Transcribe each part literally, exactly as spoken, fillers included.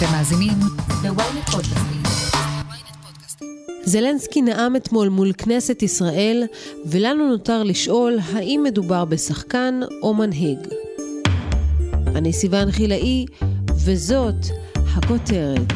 אתם מאזינים ל-וויינט פודקאסטים. זלנסקי נאם אתמול מול כנסת ישראל, ולנו נותר לשאול האם מדובר בשחקן או מנהיג. אני סיוון חילאי, וזאת הכותרת.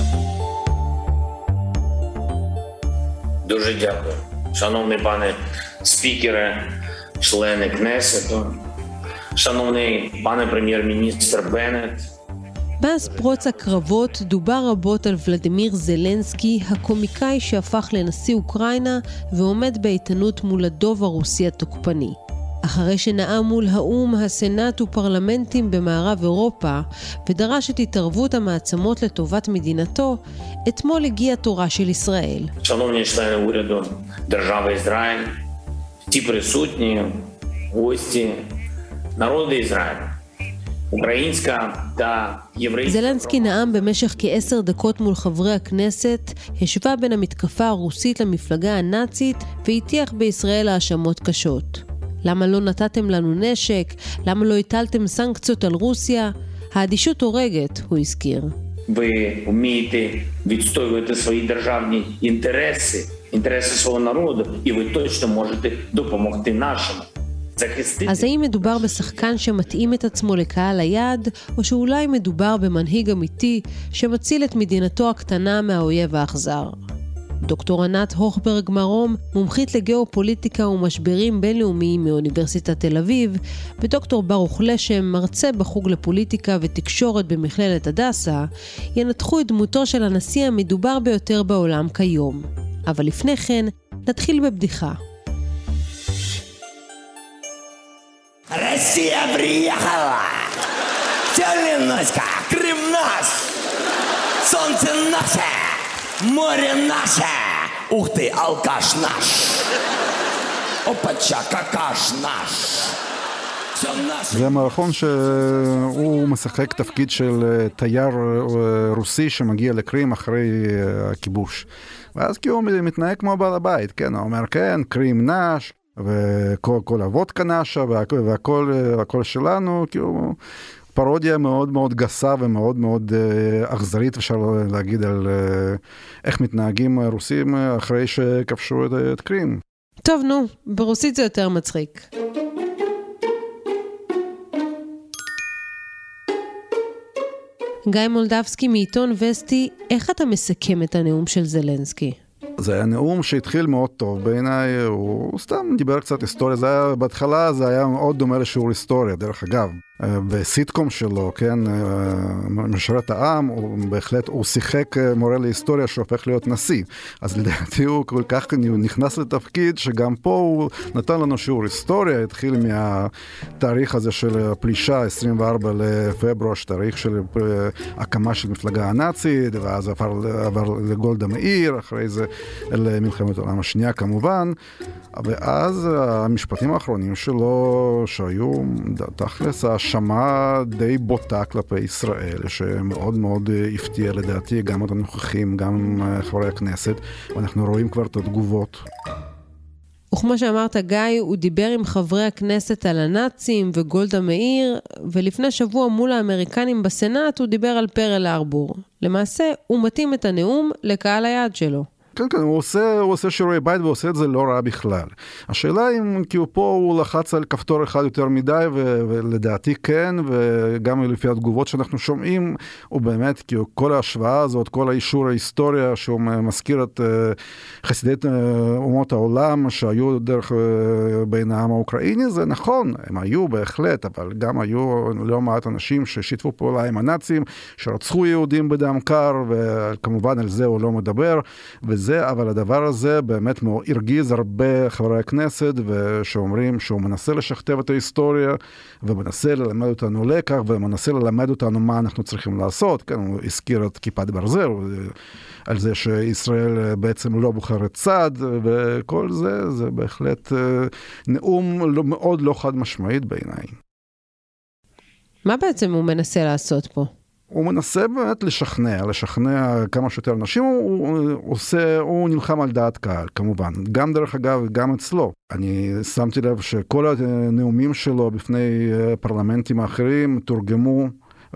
Дуже дякую. Шановний пане спікере, члени Кнесету, шановний пане прем'єр-міністр Беннет. מאז פרוץ הקרבות דובר רבות על ולדימיר זלנסקי, הקומיקאי שהפך לנשיא אוקראינה ועומד באיתנות מול הדוב הרוסי התוקפני. אחרי שנאם מול האום, הסנאט ופרלמנטים במערב אירופה ודרש את התערבות המעצמות לטובת מדינתו, אתמול הגיע תורה של ישראל. Шановні члени уряду держави Ізраїль, ті присутні, гості, народи Ізраїлю. אוקראינська та єврейська. זלנסקי נאם במשך כעשר דקות מול חברי הכנסת, השווה בין המתקפה הרוסית למפלגה הנאצית והטיח בישראל האשמות קשות. למה לא נתתם לנו נשק? למה לא הטלתם סנקציות על רוסיה? האדישות הורגת, הוא הזכיר. Ви вмієте відстоювати свої державні інтереси, інтереси свого народу, і ви точно можете допомогти нашому. אז האם מדובר בשחקן שמתאים את עצמו לקהל היעד, או שאולי מדובר במנהיג אמיתי שמציל את מדינתו הקטנה מהאויב האכזר? דוקטור ענת הוכברג מרום, מומחית לגאופוליטיקה ומשברים בינלאומיים מאוניברסיטת תל אביב, ודוקטור ברוך לשם, מרצה בחוג לפוליטיקה ותקשורת במכללת הדסה, ינתחו את דמותו של הנשיא המדובר ביותר בעולם כיום. אבל לפני כן, נתחיל בבדיחה. Россия приехала! Зеленочка, Крым наш! Солнце наше! Море наше! Ух ты, алкаш наш! Опача, какаш наш! זה מערכון שהוא משחק תפקיד של תייר רוסי שמגיע לקרים אחרי הכיבוש. ואז כי הוא מתנהג כמו בעל הבית, כן, הוא אומר, כן, קרים נש, וכל כל הוודקה נשה, והכל, והכל, והכל שלנו, כאילו, פרודיה מאוד מאוד גסה ומאוד מאוד אכזרית, אפשר להגיד על איך מתנהגים רוסים אחרי שכבשו את, את קרים. טוב, נו, ברוסית זה יותר מצחיק. גיא מולדבסקי מעיתון וסטי, איך אתה מסכם את הנאום של זלנסקי? זה היה נאום שהתחיל מאוד טוב בעיניי, הוא סתם דיבר קצת היסטוריה, זה היה, בהתחלה זה היה מאוד דומה לשיעור היסטוריה, דרך אגב. בסיטקום שלו, כן, משרת העם, הוא בהחלט, הוא שיחק מורה להיסטוריה שהופך להיות נשיא. אז לדעתי הוא כל כך נכנס לתפקיד שגם פה הוא נתן לנו שיעור היסטוריה, התחיל מהתאריך הזה של הפלישה, עשרים וארבעה לפברואר, תאריך של הקמה של מפלגה הנאצית, ואז עבר, עבר לגולדה מאיר, אחרי זה למלחמת העולם השנייה כמובן, ואז המשפטים האחרונים שלו שהיו תכלס האשמה די בוטה כלפי ישראל, שמאוד מאוד הפתיע לדעתי גם את הנוכחים, גם חברי הכנסת, ואנחנו רואים כבר את התגובות. וכמו שאמרת גיא, הוא דיבר עם חברי הכנסת על הנאצים וגולדה מאיר, ולפני שבוע מול האמריקנים בסנאט הוא דיבר על פרל ארבור. למעשה הוא מתאים את הנאום לקהל היעד שלו. כן, כן, הוא עושה, הוא עושה שיעורי בית ועושה את זה לא רע בכלל. השאלה אם כי הוא פה הוא לחץ על כפתור אחד יותר מדי, ו- ולדעתי כן, וגם לפי התגובות שאנחנו שומעים, הוא באמת, כי כל ההשוואה הזאת, כל האישור ההיסטוריה שהוא מזכיר את uh, חסידי uh, אומות העולם שהיו דרך uh, בין העם האוקראיני, זה נכון, הם היו בהחלט, אבל גם היו לא מעט אנשים ששיתפו פעולה עם הנאצים, שרצחו יהודים בדם קר, וכמובן על זה הוא לא מדבר, וזה זה, אבל הדבר הזה באמת הרגיז הרבה חברי הכנסת, ושאומרים שהוא מנסה לשכתב את ההיסטוריה, ומנסה ללמד אותנו לקח, ומנסה ללמד אותנו מה אנחנו צריכים לעשות. כן, הוא הזכיר את כיפת ברזל, על זה שישראל בעצם לא בוחרת צד, וכל זה, זה בהחלט נאום מאוד לא חד משמעית בעיניי. מה בעצם הוא מנסה לעשות פה? הוא מנסה באמת לשכנע, לשכנע כמה שיותר אנשים, הוא, הוא עושה, הוא נלחם על דעת קהל, כמובן. גם דרך אגב, גם אצלו. אני שמתי לב שכל הנאומים שלו בפני פרלמנטים האחרים תורגמו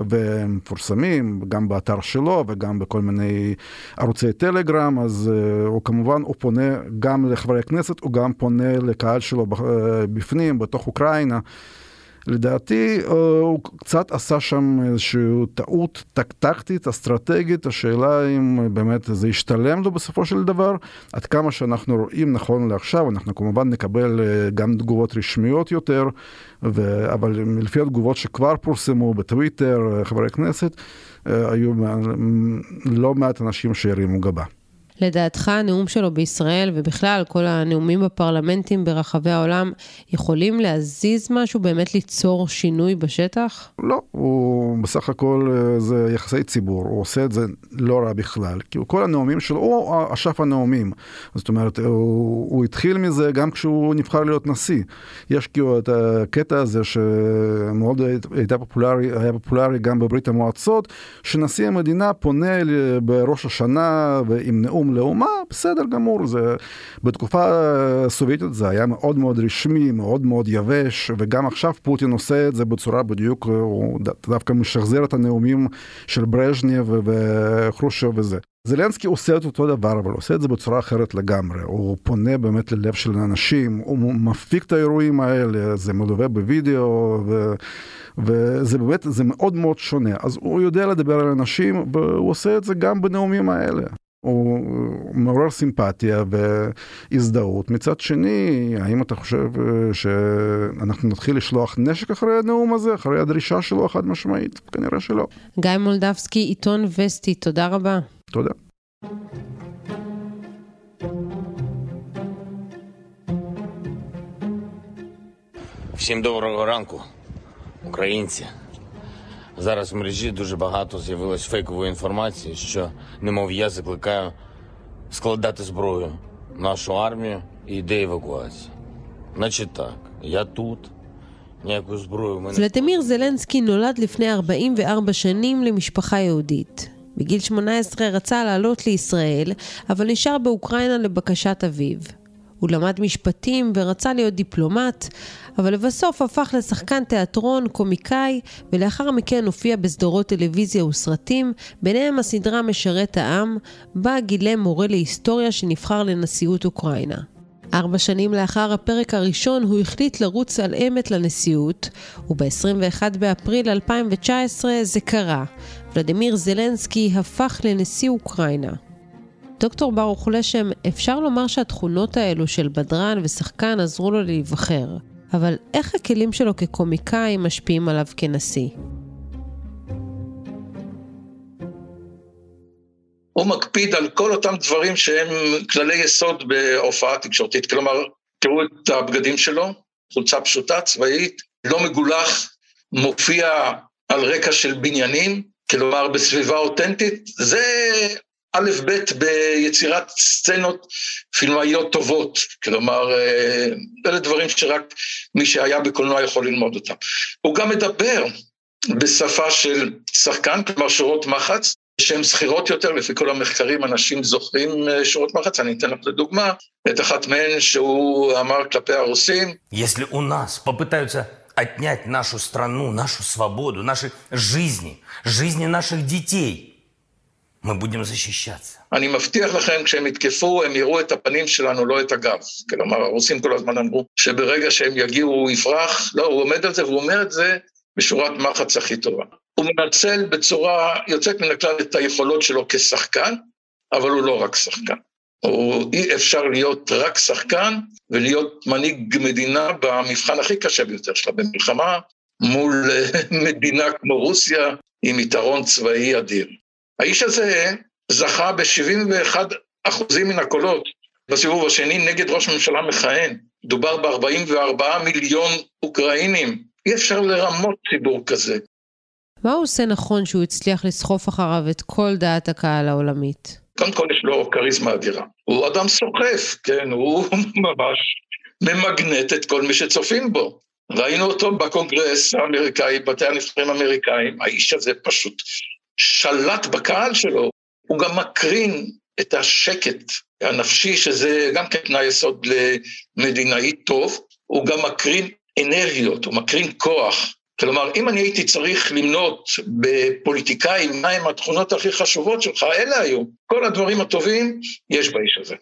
והם מפורסמים גם באתר שלו וגם בכל מיני ערוצי טלגרם, אז הוא כמובן, הוא פונה גם לחברי הכנסת, הוא גם פונה לקהל שלו בפנים, בתוך אוקראינה. לדעתי הוא קצת עשה שם איזושהי טעות טקטית, אסטרטגית, השאלה אם באמת זה ישתלם לו בסופו של דבר, עד כמה שאנחנו רואים נכון לעכשיו, אנחנו כמובן נקבל גם תגובות רשמיות יותר, ו... אבל לפי התגובות שכבר פורסמו בטוויטר, חברי כנסת, היו לא מעט אנשים שהרימו גבה. לדעתך, הנאום שלו בישראל ובכלל כל הנאומים בפרלמנטים ברחבי העולם יכולים להזיז משהו, באמת ליצור שינוי בשטח? לא, הוא בסך הכל זה יחסי ציבור, הוא עושה את זה לא רע בכלל, כי כל הנאומים שלו, הוא אשף הנאומים, זאת אומרת, הוא, הוא התחיל מזה גם כשהוא נבחר להיות נשיא. יש כאילו את הקטע הזה שמאוד הייתה פופולרי, היה פופולרי גם בברית המועצות, שנשיא המדינה פונה בראש השנה ועם נאום לאומה, בסדר גמור, זה, בתקופה הסובייטית זה היה מאוד מאוד רשמי, מאוד מאוד יבש, וגם עכשיו פוטין עושה את זה בצורה בדיוק, הוא דווקא משחזר את הנאומים של ברז'נייב וחרושצ'וב וזה. זלנסקי עושה את אותו דבר, אבל עושה את זה בצורה אחרת לגמרי, הוא פונה באמת ללב של האנשים, הוא מפיק את האירועים האלה, זה מלווה בווידאו, ו... וזה באמת, זה מאוד מאוד שונה, אז הוא יודע לדבר על אנשים, והוא עושה את זה גם בנאומים האלה. הוא מעורר סימפתיה והזדהות. מצד שני, האם אתה חושב שאנחנו נתחיל לשלוח נשק אחרי הנאום הזה, אחרי הדרישה שלו חד משמעית? כנראה שלא. גיא מולדבסקי, עיתון וסטי, תודה רבה. תודה. Всім доброго ранку, українці. Зараз в мережі дуже багато з'явилось фейкової інформації, що, немов я закликаю складати зброю нашу армію і йде евакуація. Значить так, я тут, ніякої зброї в мене... ולדימיר זלנסקי נולד לפני ארבעים וארבע שנים למשפחה יהודית. בגיל שמונה עשרה רצה לעלות לישראל, אבל נשאר באוקראינה לבקשת אביו. הוא למד משפטים ורצה להיות דיפלומט, אבל לבסוף הפך לשחקן תיאטרון, קומיקאי, ולאחר מכן הופיע בסדרות טלוויזיה וסרטים, ביניהם הסדרה משרת העם, בה גילה מורה להיסטוריה שנבחר לנשיאות אוקראינה. ארבע שנים לאחר הפרק הראשון הוא החליט לרוץ על אמת לנשיאות, וב-עשרים ואחד באפריל אלפיים תשע עשרה זה קרה. ולדימיר זלנסקי הפך לנשיא אוקראינה. דוקטור ברוך לשם, אפשר לומר שהתכונות האלו של בדרן ושחקן עזרו לו להיבחר, אבל איך הכלים שלו כקומיקאי משפיעים עליו כנשיא? הוא מקפיד על כל אותם דברים שהם כללי יסוד בהופעה תקשורתית, כלומר, תראו את הבגדים שלו, חולצה פשוטה, צבאית, לא מגולח, מופיע על רקע של בניינים, כלומר בסביבה אותנטית, זה א' ב' ביצירת סצנות פילמאיות טובות, כלומר, אלה דברים שרק מי שהיה בקולנוע יכול ללמוד אותם. הוא גם מדבר בשפה של שחקן, כלומר שורות מחץ, שהן סחירות יותר, לפי כל המחקרים, אנשים זוכרים שורות מחץ, אני אתן לך לדוגמה, את אחת מהן שהוא אמר כלפי הרוסים. Если у нас попытаются отнять нашу страну, нашу свободу, наши жизни, жизни наших детей, мы будем защищаться. אני מבטיח לכם, כשהם יתקפו, הם יראו את הפנים שלנו, לא את הגב. כלומר, הרוסים כל הזמן אמרו, שברגע שהם יגיעו הוא יפרח, לא, הוא עומד על זה, והוא אומר את זה בשורת מחץ הכי טובה. הוא מנצל בצורה יוצאת מן הכלל את היכולות שלו כשחקן, אבל הוא לא רק שחקן. הוא אי אפשר להיות רק שחקן, ולהיות מנהיג מדינה במבחן הכי קשה ביותר שלה, במלחמה מול מדינה כמו רוסיה, עם יתרון צבאי אדיר. האיש הזה זכה ב-שבעים ואחד אחוזים מן הקולות, בסיבוב השני נגד ראש ממשלה מכהן, דובר ב-ארבעים וארבעה מיליון אוקראינים, אי אפשר לרמות ציבור כזה. מה הוא עושה נכון שהוא הצליח לסחוף אחריו את כל דעת הקהל העולמית? קודם כל יש לו קריזמה אדירה. הוא אדם סוחף, כן, הוא ממש ממגנט את כל מי שצופים בו. ראינו אותו בקונגרס האמריקאי, בתי הנבחרים האמריקאים, האיש הזה פשוט שלט בקהל שלו. הוא גם מקרין את השקט הנפשי, שזה גם כתנאי יסוד למדינאי טוב, הוא גם מקרין אנרגיות, הוא מקרין כוח. כלומר, אם אני הייתי צריך למנות בפוליטיקאים מהם התכונות הכי חשובות שלך, אלה היו. כל הדברים הטובים יש באיש הזה.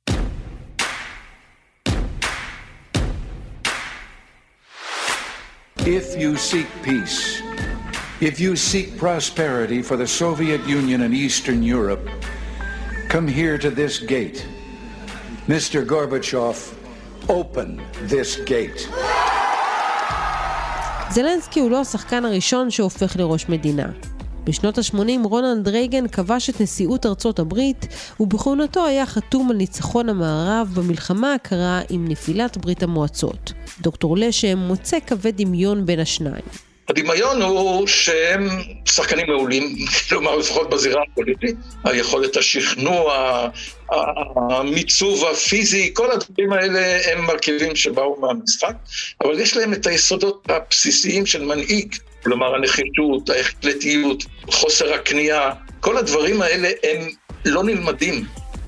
If you seek peace, if you seek prosperity for the Soviet Union and Eastern Europe, come here to this gate. Mister Gorbachev, open this gate. זלנסקי הוא לא השחקן הראשון שהופך לראש מדינה. בשנות ה-שמונים רונלד רייגן כבש את נשיאות ארצות הברית, ובכהונתו היה חתום על ניצחון המערב במלחמה הקרה עם נפילת ברית המועצות. דוקטור לשם מוצא קווי דמיון בין השניים. הדמיון הוא שהם שחקנים מעולים, כלומר לפחות בזירה הפוליטית, היכולת השכנוע, המיצוב הפיזי, כל הדברים האלה הם מרכיבים שבאו מהמשחק, אבל יש להם את היסודות הבסיסיים של מנהיג, כלומר הנחישות, ההחלטיות, חוסר הקנייה, כל הדברים האלה הם לא נלמדים.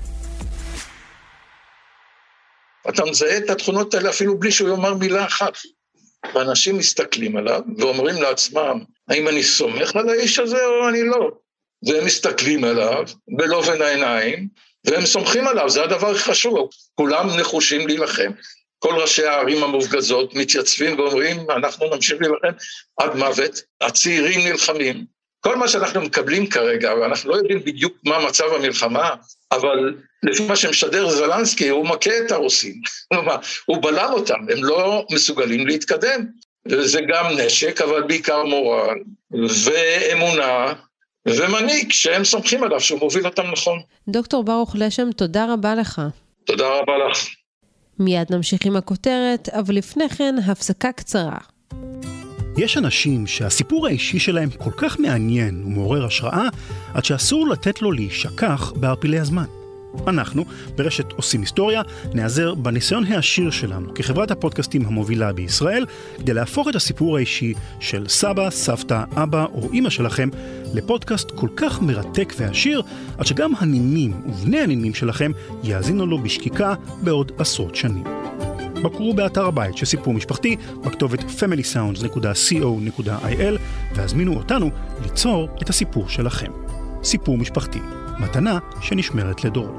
אתה מזהה את התכונות האלה אפילו בלי שהוא יאמר מילה אחת. ואנשים מסתכלים עליו ואומרים לעצמם, האם אני סומך על האיש הזה או אני לא? והם מסתכלים עליו בלובן העיניים, והם סומכים עליו, זה הדבר החשוב. כולם נחושים להילחם. כל ראשי הערים המופגזות מתייצבים ואומרים, אנחנו נמשיך להילחם עד מוות, הצעירים נלחמים. כל מה שאנחנו מקבלים כרגע, ואנחנו לא יודעים בדיוק מה מצב המלחמה, אבל לפי מה שמשדר זלנסקי, הוא מכה את הרוסים. כלומר, הוא בלם אותם, הם לא מסוגלים להתקדם. וזה גם נשק, אבל בעיקר מורל, ואמונה, ומנהיג שהם סומכים עליו, שהוא מוביל אותם נכון. דוקטור ברוך לשם, תודה רבה לך. תודה רבה לך. מיד נמשיך עם הכותרת, אבל לפני כן הפסקה קצרה. יש אנשים שהסיפור האישי שלהם כל כך מעניין ומעורר השראה, עד שאסור לתת לו להישכח בערפילי הזמן. אנחנו, ברשת עושים היסטוריה, נעזר בניסיון העשיר שלנו כחברת הפודקאסטים המובילה בישראל, כדי להפוך את הסיפור האישי של סבא, סבתא, אבא או אמא שלכם לפודקאסט כל כך מרתק ועשיר, עד שגם הנינים ובני הנינים שלכם יאזינו לו בשקיקה בעוד עשרות שנים. בקרו באתר הבית של סיפור משפחתי, בכתובת פמילי סאונדס נקודה סי או נקודה איי אל, והזמינו אותנו ליצור את הסיפור שלכם. סיפור משפחתי, מתנה שנשמרת לדורות.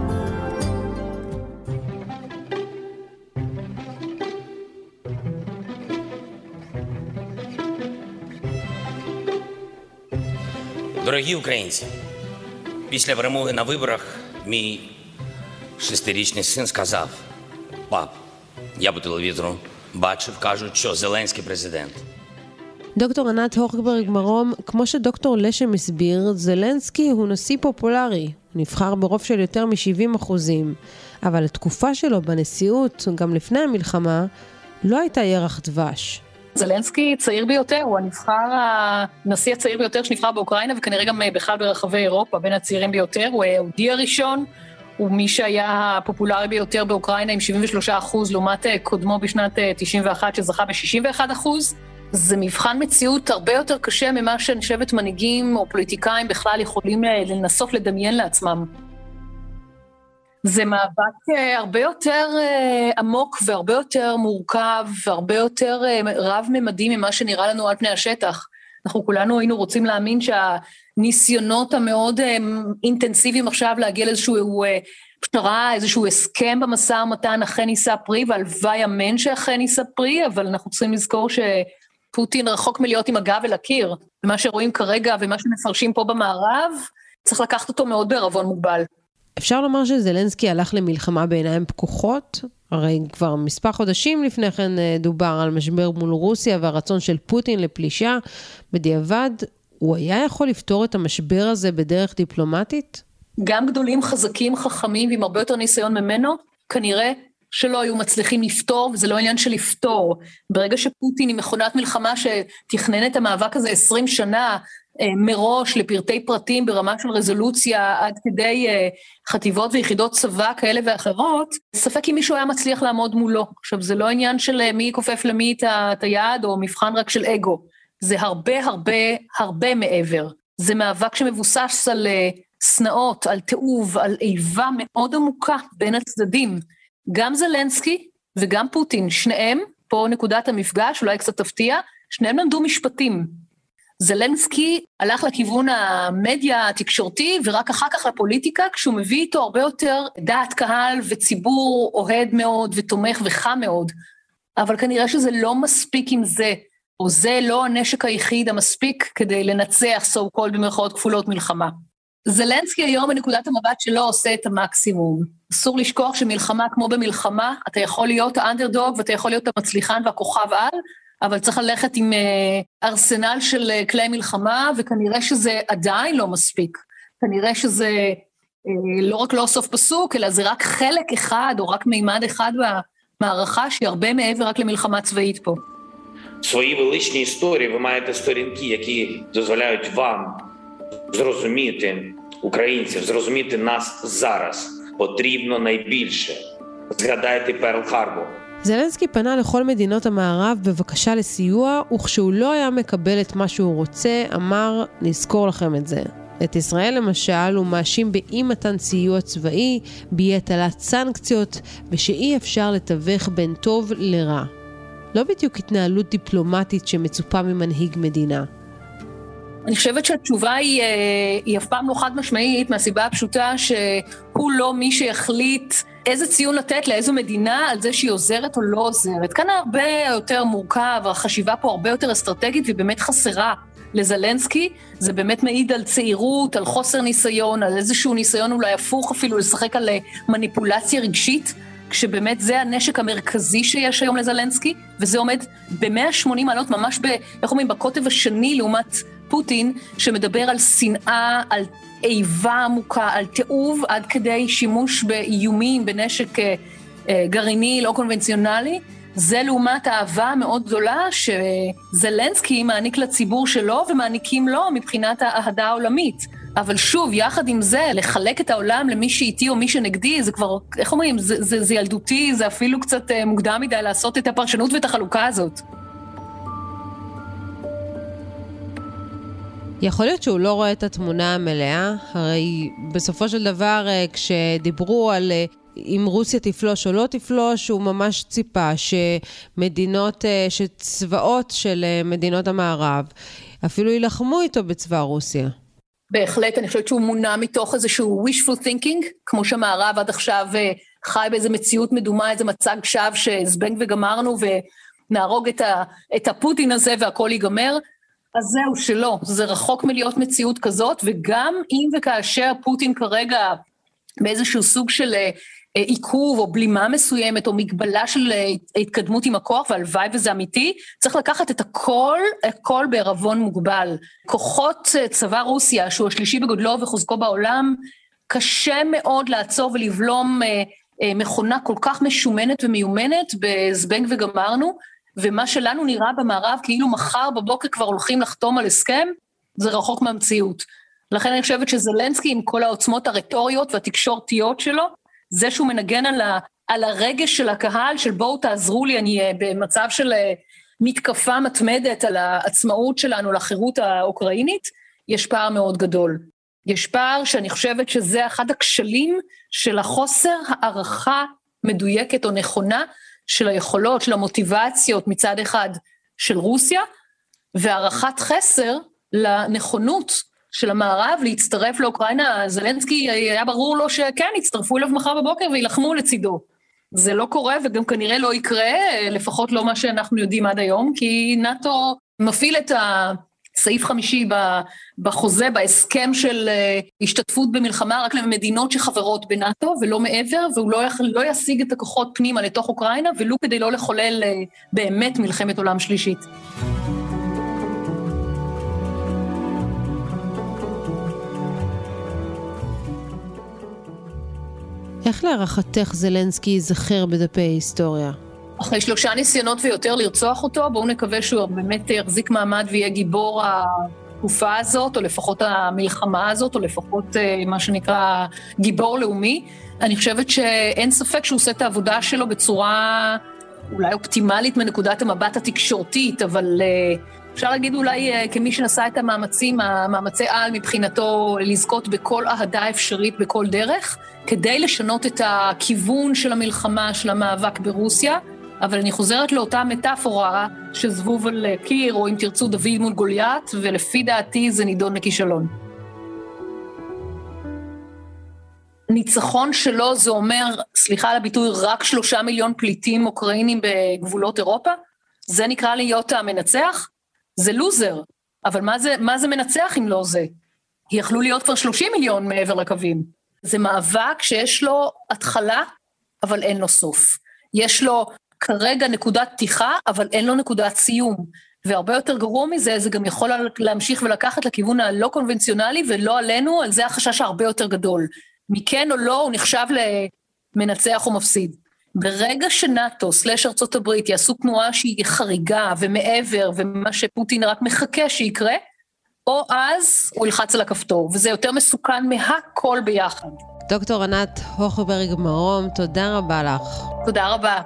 Дорогі українці, після перемоги на виборах мій шестирічний син сказав: "Пап, я по телевізору бачив, кажуть, що Зеленський президент". דוקטור ענת הוכברג מרום, כמו שדוקטור לשם הסביר, זלנסקי הוא נשיא פופולרי, נבחר ברוב של יותר מ-שבעים אחוזים, אבל התקופה שלו בנשיאות, גם לפני המלחמה, לא הייתה ירח דבש. זלנסקי צעיר ביותר, הוא הנבחר, הנשיא הצעיר ביותר שנבחר באוקראינה, וכנראה גם בכלל ברחבי אירופה, בין הצעירים ביותר, הוא היהודי הראשון, הוא מי שהיה הפופולרי ביותר באוקראינה עם שבעים ושלושה אחוז, לעומת קודמו בשנת תשעים ואחת שזכה ב-שישים ואחד אחוז. זה מבחן מציאות הרבה יותר קשה ממה שנשבת מנהיגים או פוליטיקאים בכלל יכולים לנסות לדמיין לעצמם. זה מאבק הרבה יותר עמוק והרבה יותר מורכב והרבה יותר רב-ממדי ממה שנראה לנו על פני השטח. אנחנו כולנו היינו רוצים להאמין שהניסיונות המאוד אינטנסיביים עכשיו להגיע לאיזשהו פשרה, איזשהו הסכם במשא ומתן אכן יישא פרי, והלוואי אמן שאכן יישא פרי, אבל אנחנו צריכים לזכור שפוטין רחוק מלהיות עם הגב אל הקיר, ומה שרואים כרגע ומה שמפרשים פה במערב, צריך לקחת אותו מאוד בערבון מוגבל. אפשר לומר שזלנסקי הלך למלחמה בעיניים פקוחות, הרי כבר מספר חודשים לפני כן דובר על משבר מול רוסיה והרצון של פוטין לפלישה, בדיעבד הוא היה יכול לפתור את המשבר הזה בדרך דיפלומטית? גם גדולים, חזקים, חכמים ועם הרבה יותר ניסיון ממנו, כנראה שלא היו מצליחים לפתור, וזה לא עניין של לפתור. ברגע שפוטין היא מכונת מלחמה שתכנן את המאבק הזה עשרים שנה, מראש לפרטי פרטים ברמה של רזולוציה עד כדי חטיבות ויחידות צבא כאלה ואחרות, ספק אם מישהו היה מצליח לעמוד מולו. עכשיו זה לא עניין של מי כופף למי את היד או מבחן רק של אגו, זה הרבה הרבה הרבה מעבר. זה מאבק שמבוסס על סנאות, על תאוב, על איבה מאוד עמוקה בין הצדדים. גם זלנסקי וגם פוטין, שניהם, פה נקודת המפגש, אולי קצת תפתיע, שניהם למדו משפטים. זלנסקי הלך לכיוון המדיה התקשורתי, ורק אחר כך לפוליטיקה, כשהוא מביא איתו הרבה יותר דעת קהל וציבור אוהד מאוד ותומך וחם מאוד. אבל כנראה שזה לא מספיק עם זה, או זה לא הנשק היחיד המספיק כדי לנצח סו קולד במרכאות כפולות מלחמה. זלנסקי היום בנקודת המבט שלו עושה את המקסימום. אסור לשכוח שמלחמה כמו במלחמה, אתה יכול להיות האנדרדוג ואתה יכול להיות המצליחן והכוכב על, אבל צריך ללכת עם ארסנל של כלי מלחמה, וכנראה שזה עדיין לא מספיק. כנראה שזה לא רק לא סוף פסוק, אלא זה רק חלק אחד, או רק מימד אחד במערכה, שהיא הרבה מעבר רק למלחמה צבאית פה. Свої величні історії ви маєте сторінки, які дозволяють вам зрозуміти українців, зрозуміти нас зараз. Потрібно найбільше. Згадайте Перл-Харбор. זלנסקי פנה לכל מדינות המערב בבקשה לסיוע, וכשהוא לא היה מקבל את מה שהוא רוצה, אמר, נזכור לכם את זה. את ישראל למשל הוא מאשים באי מתן סיוע צבאי, באי הטלת סנקציות, ושאי אפשר לתווך בין טוב לרע. לא בדיוק התנהלות דיפלומטית שמצופה ממנהיג מדינה. אני חושבת שהתשובה היא, היא אף פעם לא חד משמעית, מהסיבה הפשוטה שהוא לא מי שיחליט איזה ציון לתת לאיזו מדינה על זה שהיא עוזרת או לא עוזרת. כאן הרבה יותר מורכב, החשיבה פה הרבה יותר אסטרטגית ובאמת חסרה לזלנסקי. זה באמת מעיד על צעירות, על חוסר ניסיון, על איזשהו ניסיון אולי הפוך אפילו לשחק על מניפולציה רגשית, כשבאמת זה הנשק המרכזי שיש היום לזלנסקי, וזה עומד ב-מאה ושמונים מעלות ממש ב, איך אומרים, בקוטב השני לעומת פוטין, שמדבר על שנאה, על איבה עמוקה, על תיעוב, עד כדי שימוש באיומים, בנשק אה, אה, גרעיני לא קונבנציונלי. זה לעומת האהבה המאוד גדולה שזלנסקי מעניק לציבור שלו, ומעניקים לו מבחינת האהדה העולמית. אבל שוב, יחד עם זה, לחלק את העולם למי שאיתי או מי שנגדי, זה כבר, איך אומרים, זה, זה, זה ילדותי, זה אפילו קצת אה, מוקדם מדי לעשות את הפרשנות ואת החלוקה הזאת. יכול להיות שהוא לא רואה את התמונה המלאה, הרי בסופו של דבר כשדיברו על אם רוסיה תפלוש או לא תפלוש, הוא ממש ציפה שמדינות, שצבאות של מדינות המערב אפילו ילחמו איתו בצבא רוסיה. בהחלט, אני חושבת שהוא מונע מתוך איזשהו wishful thinking, כמו שהמערב עד עכשיו חי באיזו מציאות מדומה, איזה מצג שווא שזבנג וגמרנו ונהרוג את, ה, את הפוטין הזה והכל ייגמר. אז זהו שלא, זה רחוק מלהיות מציאות כזאת, וגם אם וכאשר פוטין כרגע באיזשהו סוג של עיכוב או בלימה מסוימת, או מגבלה של התקדמות עם הכוח, והלוואי וזה אמיתי, צריך לקחת את הכל, הכל בערבון מוגבל. כוחות צבא רוסיה, שהוא השלישי בגודלו וחוזקו בעולם, קשה מאוד לעצור ולבלום מכונה כל כך משומנת ומיומנת בזבנג וגמרנו, ומה שלנו נראה במערב כאילו מחר בבוקר כבר הולכים לחתום על הסכם, זה רחוק מהמציאות. לכן אני חושבת שזלנסקי עם כל העוצמות הרטוריות והתקשורתיות שלו, זה שהוא מנגן על, ה, על הרגש של הקהל, של בואו תעזרו לי, אני במצב של מתקפה מתמדת על העצמאות שלנו, לחירות האוקראינית, יש פער מאוד גדול. יש פער שאני חושבת שזה אחד הכשלים של החוסר הערכה מדויקת או נכונה, של היכולות, של המוטיבציות מצד אחד של רוסיה, והערכת חסר לנכונות של המערב להצטרף לאוקראינה. זלנסקי היה ברור לו שכן, יצטרפו אליו מחר בבוקר וילחמו לצידו. זה לא קורה וגם כנראה לא יקרה, לפחות לא מה שאנחנו יודעים עד היום, כי נאטו מפעיל את הסעיף חמישי בחוזה, בהסכם של השתתפות במלחמה, רק למדינות שחברות בנאטו ולא מעבר, והוא לא, לא ישיג את הכוחות פנימה לתוך אוקראינה, ולו כדי לא לחולל באמת מלחמת עולם שלישית. איך להערכתך זלנסקי ייזכר בדפי ההיסטוריה? אחרי שלושה ניסיונות ויותר לרצוח אותו, בואו נקווה שהוא באמת יחזיק מעמד ויהיה גיבור התקופה הזאת, או לפחות המלחמה הזאת, או לפחות מה שנקרא גיבור לאומי. אני חושבת שאין ספק שהוא עושה את העבודה שלו בצורה אולי אופטימלית מנקודת המבט התקשורתית, אבל אפשר להגיד אולי כמי שנשא את המאמצים, המאמצי על מבחינתו לזכות בכל אהדה אפשרית בכל דרך, כדי לשנות את הכיוון של המלחמה, של המאבק ברוסיה, אבל אני חוזרת לאותה מטאפורה שזבוב על קיר, או אם תרצו דוד מול גוליית, ולפי דעתי זה נידון לכישלון. ניצחון שלו זה אומר, סליחה על הביטוי, רק שלושה מיליון פליטים אוקראינים בגבולות אירופה? זה נקרא להיות המנצח? זה לוזר. אבל מה זה, מה זה מנצח אם לא זה? יכלו להיות כבר שלושים מיליון מעבר לקווים. זה מאבק שיש לו התחלה, אבל אין לו סוף. יש לו כרגע נקודת פתיחה, אבל אין לו נקודת סיום. והרבה יותר גרוע מזה, זה גם יכול להמשיך ולקחת לכיוון הלא קונבנציונלי, ולא עלינו, על זה החשש הרבה יותר גדול. מכן או לא, הוא נחשב למנצח או מפסיד. ברגע שנאטו, סלש ארצות הברית, יעשו תנועה שהיא חריגה ומעבר, ומה שפוטין רק מחכה שיקרה, או אז הוא ילחץ על הכפתור, וזה יותר מסוכן מהכל ביחד. דוקטור ענת הוכברג מרום, תודה רבה לך. תודה רבה.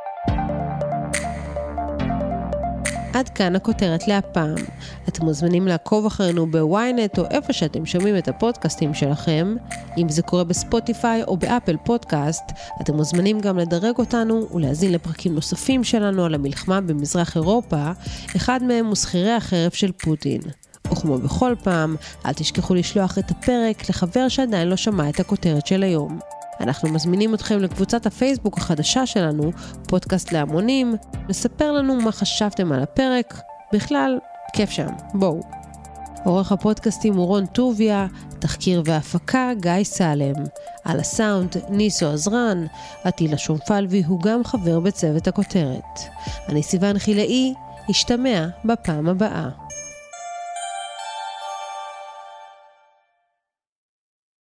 עד כאן הכותרת להפעם. אתם מוזמנים לעקוב אחרינו בוויינט או איפה שאתם שומעים את הפודקאסטים שלכם. אם זה קורה בספוטיפיי או באפל פודקאסט, אתם מוזמנים גם לדרג אותנו ולהזין לפרקים נוספים שלנו על המלחמה במזרח אירופה, אחד מהם הוא שכירי החרב של פוטין. וכמו בכל פעם, אל תשכחו לשלוח את הפרק לחבר שעדיין לא שמע את הכותרת של היום. אנחנו מזמינים אתכם לקבוצת הפייסבוק החדשה שלנו, פודקאסט להמונים, לספר לנו מה חשבתם על הפרק, בכלל, כיף שם, בואו. עורך הפודקאסטים הוא רון טוביה, תחקיר והפקה גיא סלם, על הסאונד ניסו עזרן, עטילה שומפלבי הוא גם חבר בצוות הכותרת. אני סיוון חילאי, השתמע בפעם הבאה.